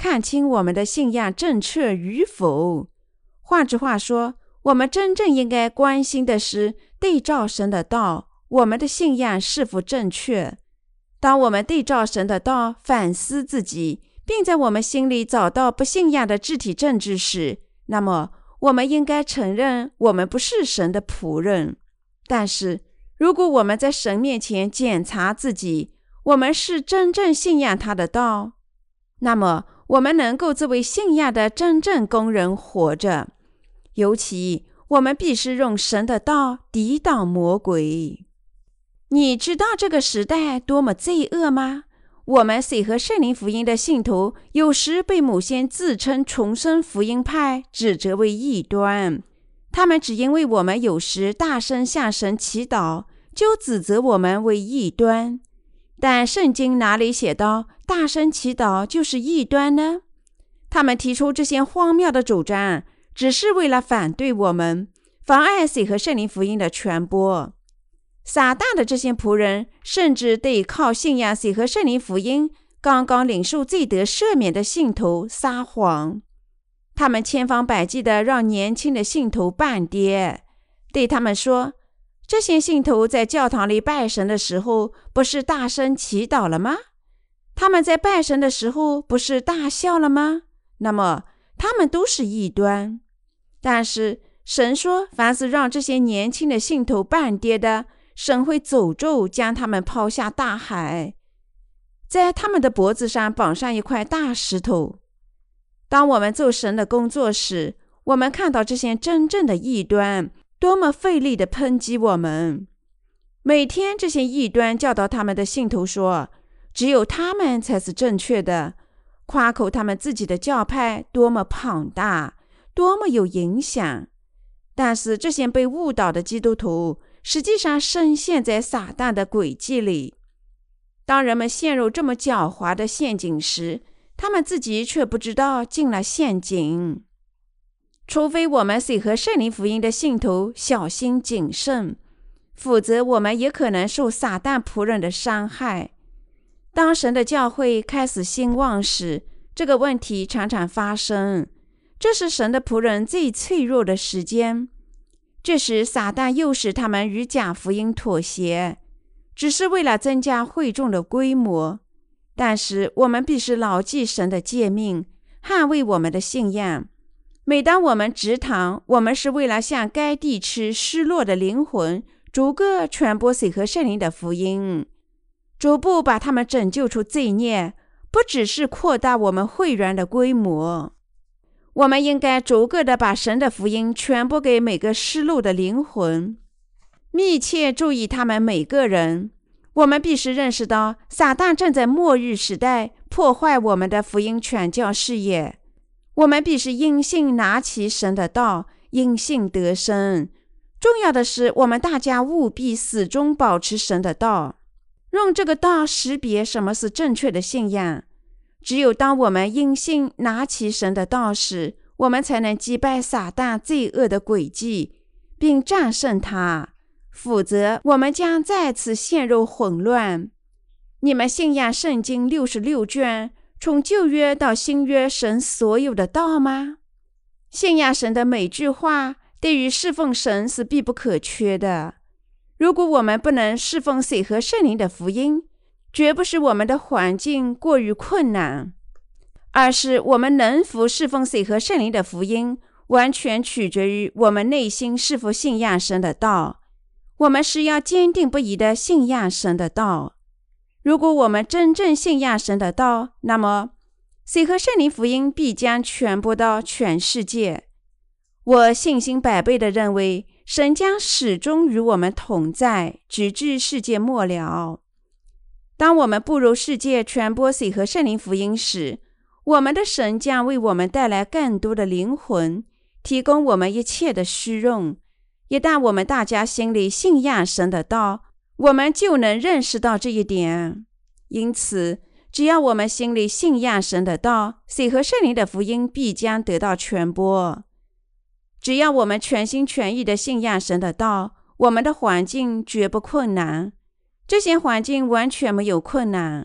S1: 看清我们的信仰正确与否。换句话说，我们真正应该关心的是对照神的道，我们的信仰是否正确。当我们对照神的道反思自己，并在我们心里找到不信仰的肢体证据时，那么我们应该承认我们不是神的仆人。但是如果我们在神面前检查自己，我们是真正信仰他的道，那么我们能够作为信仰的真正工人活着。尤其我们必须用神的道抵挡魔鬼。你知道这个时代多么罪恶吗？我们水和圣灵福音的信徒有时被某些自称重生福音派指责为异端，他们只因为我们有时大声向神祈祷，就指责我们为异端。但圣经哪里写到大声祈祷就是异端呢？他们提出这些荒谬的主张，只是为了反对我们，妨碍水和圣灵福音的传播。撒旦的这些仆人甚至对靠信仰水和圣灵福音刚刚领受罪得赦免的信徒撒谎。他们千方百计地让年轻的信徒半跌，对他们说，这些信徒在教堂里拜神的时候不是大声祈祷了吗？他们在拜神的时候不是大笑了吗？那么他们都是异端。但是神说，凡是让这些年轻的信徒半跌的，神会诅咒，将他们抛下大海，在他们的脖子上绑上一块大石头。当我们做神的工作时，我们看到这些真正的异端多么费力地抨击我们。每天这些异端教导他们的信徒说，只有他们才是正确的，夸口他们自己的教派多么庞大，多么有影响。但是这些被误导的基督徒实际上深陷在撒旦的诡计里。当人们陷入这么狡猾的陷阱时，他们自己却不知道进了陷阱。除非我们水和圣灵福音的信徒小心谨慎，否则我们也可能受撒旦仆人的伤害。当神的教会开始兴旺时，这个问题常常发生。这是神的仆人最脆弱的时间。这时撒旦诱使他们与假福音妥协，只是为了增加会众的规模。但是我们必须牢记神的诫命，捍卫我们的信仰。每当我们植堂，我们是为了向该地区失落的灵魂逐个传播水和圣灵的福音，逐步把他们拯救出罪孽，不只是扩大我们会员的规模。我们应该逐个的把神的福音传播给每个失落的灵魂，密切注意他们每个人。我们必须认识到，撒旦正在末日时代破坏我们的福音传教事业。我们必须因信拿起神的道，因信得生。重要的是，我们大家务必始终保持神的道，用这个道识别什么是正确的信仰。只有当我们因信拿起神的道时，我们才能击败撒旦罪恶的诡计，并战胜他。否则，我们将再次陷入混乱。你们信仰圣经66卷，从旧约到新约神所有的道吗？信仰神的每句话，对于侍奉神是必不可缺的。如果我们不能侍奉水和圣灵的福音，绝不是我们的环境过于困难，而是我们能否侍奉水和圣灵的福音，完全取决于我们内心是否信仰神的道。我们是要坚定不移地信仰神的道。如果我们真正信仰神的道，那么水和圣灵福音必将传播到全世界。我信心百倍地认为，神将始终与我们同在，直至世界末了。当我们步入世界传播水和圣灵福音时，我们的神将为我们带来更多的灵魂，提供我们一切的需用。一旦我们大家心里信仰神的道，我们就能认识到这一点。因此，只要我们心里信仰神的道，水和圣灵的福音必将得到传播。只要我们全心全意地信仰神的道，我们的环境绝不困难。这些环境完全没有困难。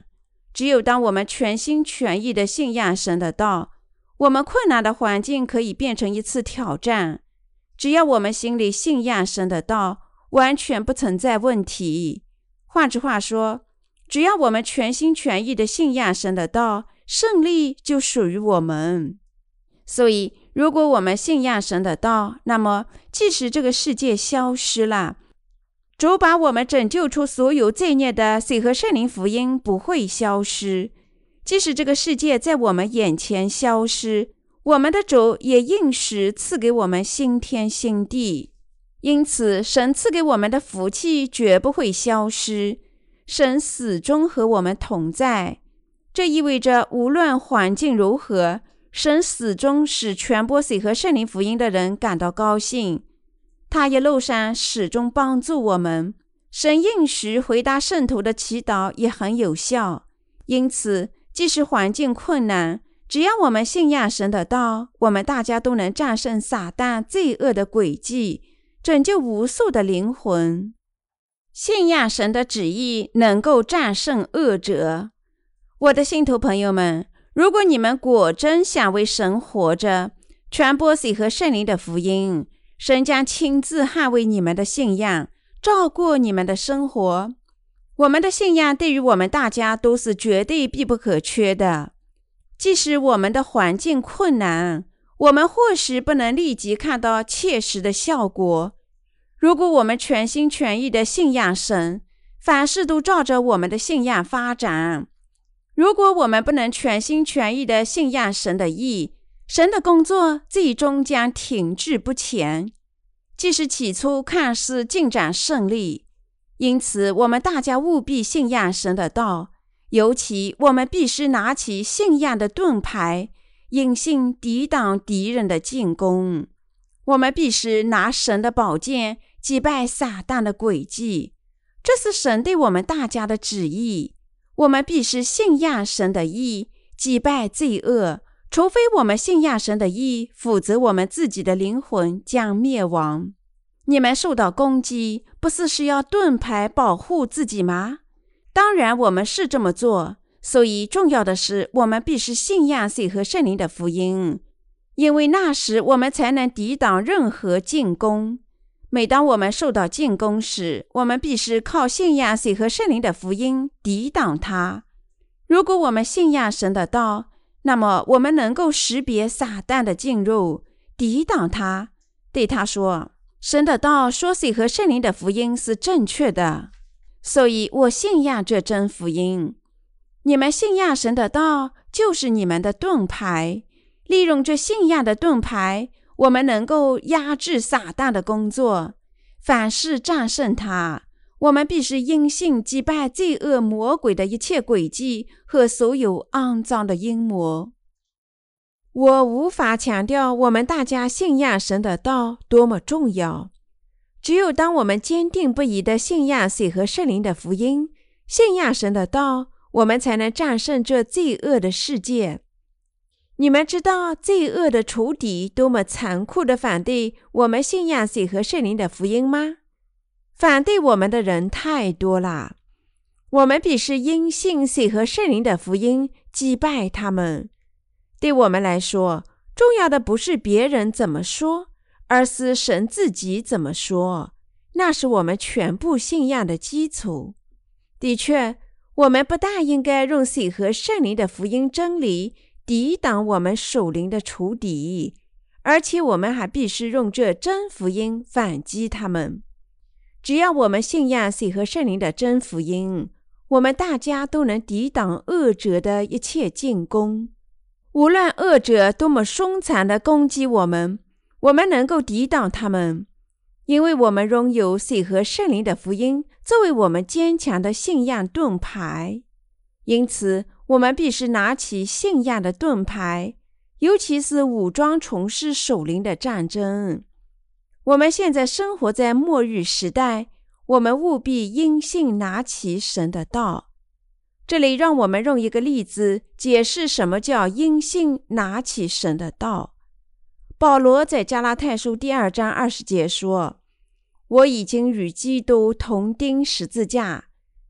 S1: 只有当我们全心全意地信仰神的道，我们困难的环境可以变成一次挑战。只要我们心里信仰神的道，完全不存在问题。换句话说，只要我们全心全意地信仰神的道，胜利就属于我们。所以，如果我们信仰神的道，那么即使这个世界消失了，主把我们拯救出所有罪孽的水和圣灵福音不会消失。即使这个世界在我们眼前消失，我们的主也应许赐给我们新天新地。因此，神赐给我们的福气绝不会消失，神始终和我们同在。这意味着无论环境如何，神始终使传播水和圣灵福音的人感到高兴。他一路上始终帮助我们，神应许回答圣徒的祈祷也很有效。因此，即使环境困难，只要我们信仰神的道，我们大家都能战胜撒旦罪恶的诡计，拯救无数的灵魂。信仰神的旨意能够战胜恶者。我的信徒朋友们，如果你们果真想为神活着，传播水和圣灵的福音，神将亲自捍卫你们的信仰，照顾你们的生活。我们的信仰对于我们大家都是绝对必不可缺的。即使我们的环境困难，我们或许不能立即看到切实的效果。如果我们全心全意地信仰神，凡事都照着我们的信仰发展。如果我们不能全心全意地信仰神的意，神的工作最终将停滞不前，即使起初看似进展顺利。因此，我们大家务必信仰神的道，尤其我们必须拿起信仰的盾牌，因信抵挡敌人的进攻。我们必须拿神的宝剑击败撒旦的诡计，这是神对我们大家的旨意。我们必须信仰神的义，击败罪恶。除非我们信仰神的义，否则我们自己的灵魂将灭亡。你们受到攻击，不是需要盾牌保护自己吗？当然，我们是这么做。所以，重要的是，我们必须信仰水和圣灵的福音，因为那时我们才能抵挡任何进攻。每当我们受到进攻时，我们必须靠信仰水和圣灵的福音抵挡它。如果我们信仰神的道，那么我们能够识别撒旦的进入，抵挡它，对他说，神的道说水和圣灵的福音是正确的，所以我信仰这真福音。你们信仰神的道，就是你们的盾牌。利用这信仰的盾牌，我们能够压制撒旦的工作，凡事战胜他。我们必须因信击败罪恶魔鬼的一切诡计和所有肮脏的阴谋。我无法强调我们大家信仰神的道多么重要。只有当我们坚定不移地信仰水和圣灵的福音，信仰神的道，我们才能战胜这罪恶的世界。你们知道罪恶的仇敌多么残酷地反对我们信仰水和圣灵的福音吗？反对我们的人太多了，我们必须因信水和圣灵的福音击败他们。对我们来说，重要的不是别人怎么说，而是神自己怎么说，那是我们全部信仰的基础。的确，我们不但应该用水和圣灵的福音真理抵挡我们属灵的仇敌，而且我们还必须用这真福音反击他们。只要我们信仰水和圣灵的真福音，我们大家都能抵挡恶者的一切进攻。无论恶者多么凶残地攻击我们，我们能够抵挡他们，因为我们拥有水和圣灵的福音作为我们坚强的信仰盾牌。因此，我们必须拿起信仰的盾牌，尤其是武装从事属灵的战争。我们现在生活在末日时代，我们务必因信拿起神的道。这里让我们用一个例子解释什么叫因信拿起神的道。保罗在加拉太书第2章20节说，我已经与基督同钉十字架，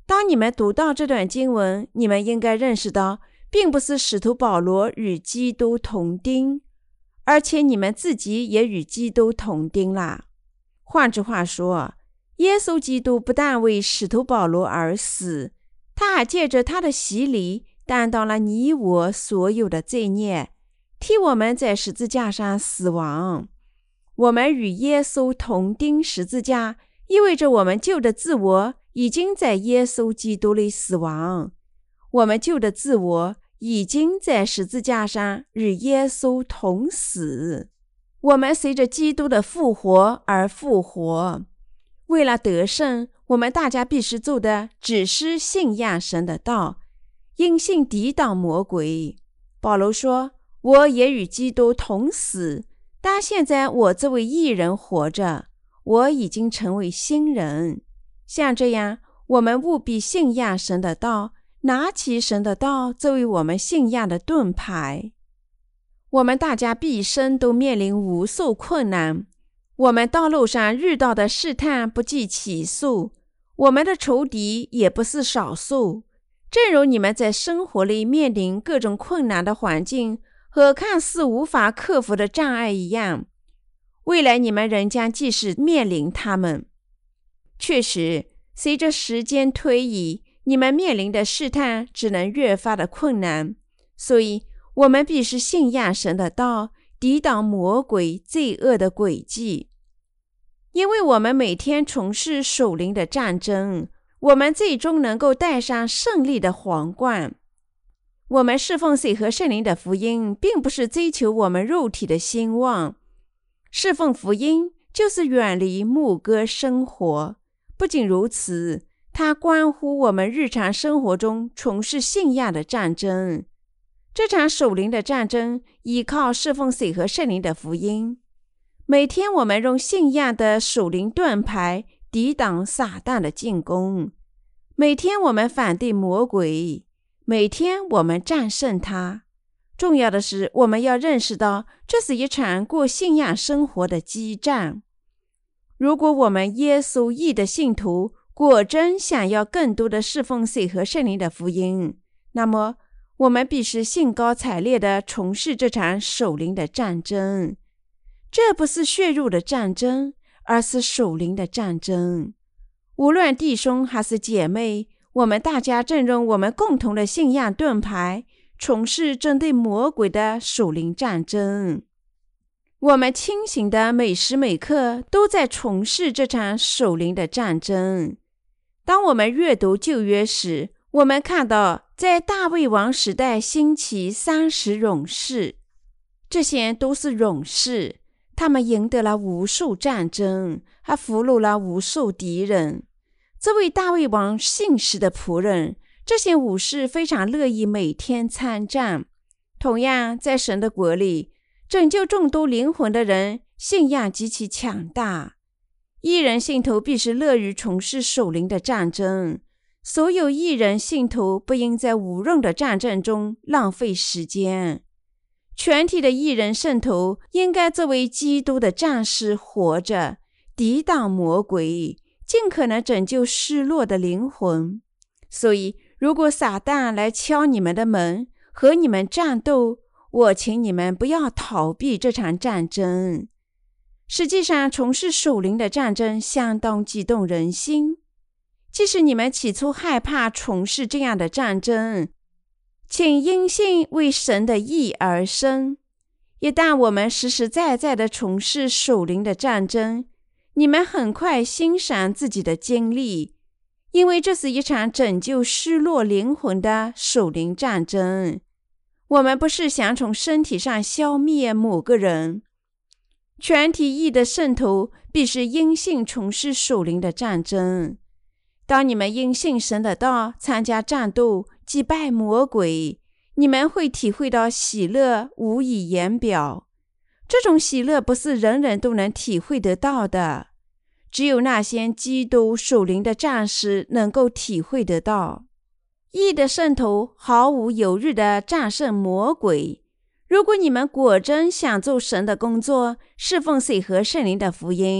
S1: 当你们读到这段经文，你们应该认识到，并不是使徒保罗与基督同钉，而且你们自己也与基督同钉啦。换句话说，耶稣基督不但为使徒保罗而死，他还借着他的洗礼担当了你我所有的罪孽，替我们在十字架上死亡。我们与耶稣同钉十字架，意味着我们旧的自我已经在耶稣基督里死亡，我们旧的自我已经在十字架上与耶稣同死。我们随着基督的复活而复活。为了得胜，我们大家必须做的只是信仰神的道，因信抵挡魔鬼。保罗说，我也与基督同死，但现在我这位义人活着，我已经成为新人。像这样，我们务必信仰神的道，拿起神的道作为我们信仰的盾牌。我们大家毕生都面临无数困难，我们道路上遇到的试探不计其数，我们的仇敌也不是少数。正如你们在生活里面临各种困难的环境和看似无法克服的障碍一样，未来你们仍将继续面临它们。确实，随着时间推移，你们面临的试探只能越发的困难，所以我们必须信仰神的道，抵挡魔鬼罪恶的诡计。因为我们每天从事属灵的战争，我们最终能够戴上胜利的皇冠。我们侍奉水和圣灵的福音，并不是追求我们肉体的兴旺。侍奉福音就是远离牧歌生活。不仅如此，它关乎我们日常生活中从事信仰的战争。这场属灵的战争依靠侍奉水和圣灵的福音。每天我们用信仰的属灵盾牌抵挡撒旦的进攻。每天我们反对魔鬼，每天我们战胜他。重要的是，我们要认识到，这是一场过信仰生活的激战。如果我们耶稣义的信徒果真想要更多的侍奉水和圣灵的福音，那么我们必须兴高采烈地从事这场属灵的战争。这不是血肉的战争，而是属灵的战争。无论弟兄还是姐妹，我们大家正用我们共同的信仰盾牌从事针对魔鬼的属灵战争。我们清醒的每时每刻都在从事这场属灵的战争。当我们阅读旧约时，我们看到在大卫王时代兴起30勇士，这些都是勇士，他们赢得了无数战争，还俘虏了无数敌人。这位大卫王信实的仆人，这些武士非常乐意每天参战。同样，在神的国里，拯救众多灵魂的人信仰极其强大。义人信徒必须乐于从事属灵的战争。所有义人信徒不应在无用的战争中浪费时间。全体的义人圣徒应该作为基督的战士活着，抵挡魔鬼，尽可能拯救失落的灵魂。所以，如果撒旦来敲你们的门，和你们战斗，我请你们不要逃避这场战争。实际上，从事属灵的战争相当激动人心。即使你们起初害怕从事这样的战争，请因信为神的义而生。一旦我们实实在在地从事属灵的战争，你们很快欣赏自己的经历，因为这是一场拯救失落灵魂的属灵战争。我们不是想从身体上消灭某个人。全体义的圣徒必须因信从事属灵的战争。当你们因信神的道参加战斗，击败魔鬼，你们会体会到喜乐无以言表。这种喜乐不是人人都能体会得到的，只有那些基督属灵的战士能够体会得到。义的圣徒毫无犹豫地战胜魔鬼。如果你们果真想做神的工作，侍奉水和圣灵的福音，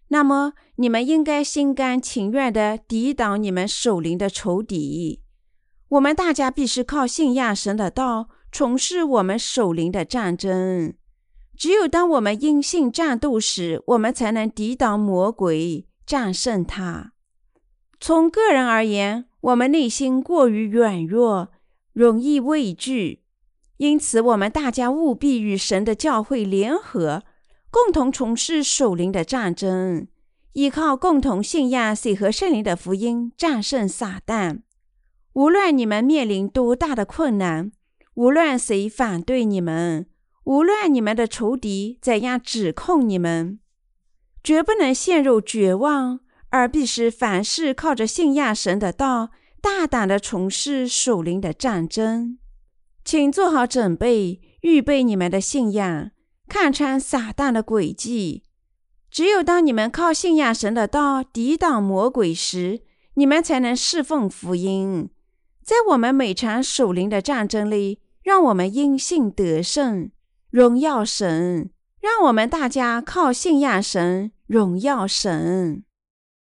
S1: 那么你们应该心甘情愿地抵挡你们属灵的仇敌。我们大家必是靠信仰神的道，从事我们属灵的战争。只有当我们因信战斗时，我们才能抵挡魔鬼，战胜他。从个人而言，我们内心过于软弱，容易畏惧，因此我们大家务必与神的教会联合，共同从事属灵的战争，依靠共同信仰水和圣灵的福音，战胜撒旦。无论你们面临多大的困难，无论谁反对你们，无论你们的仇敌怎样指控你们，绝不能陷入绝望，而必是凡事靠着信仰神的道，大胆地从事属灵的战争。请做好准备，预备你们的信仰，看穿撒旦的诡计。只有当你们靠信仰神的道抵挡魔鬼时，你们才能侍奉福音。在我们每场属灵的战争里，让我们因信得胜，荣耀神。让我们大家靠信仰神，荣耀神。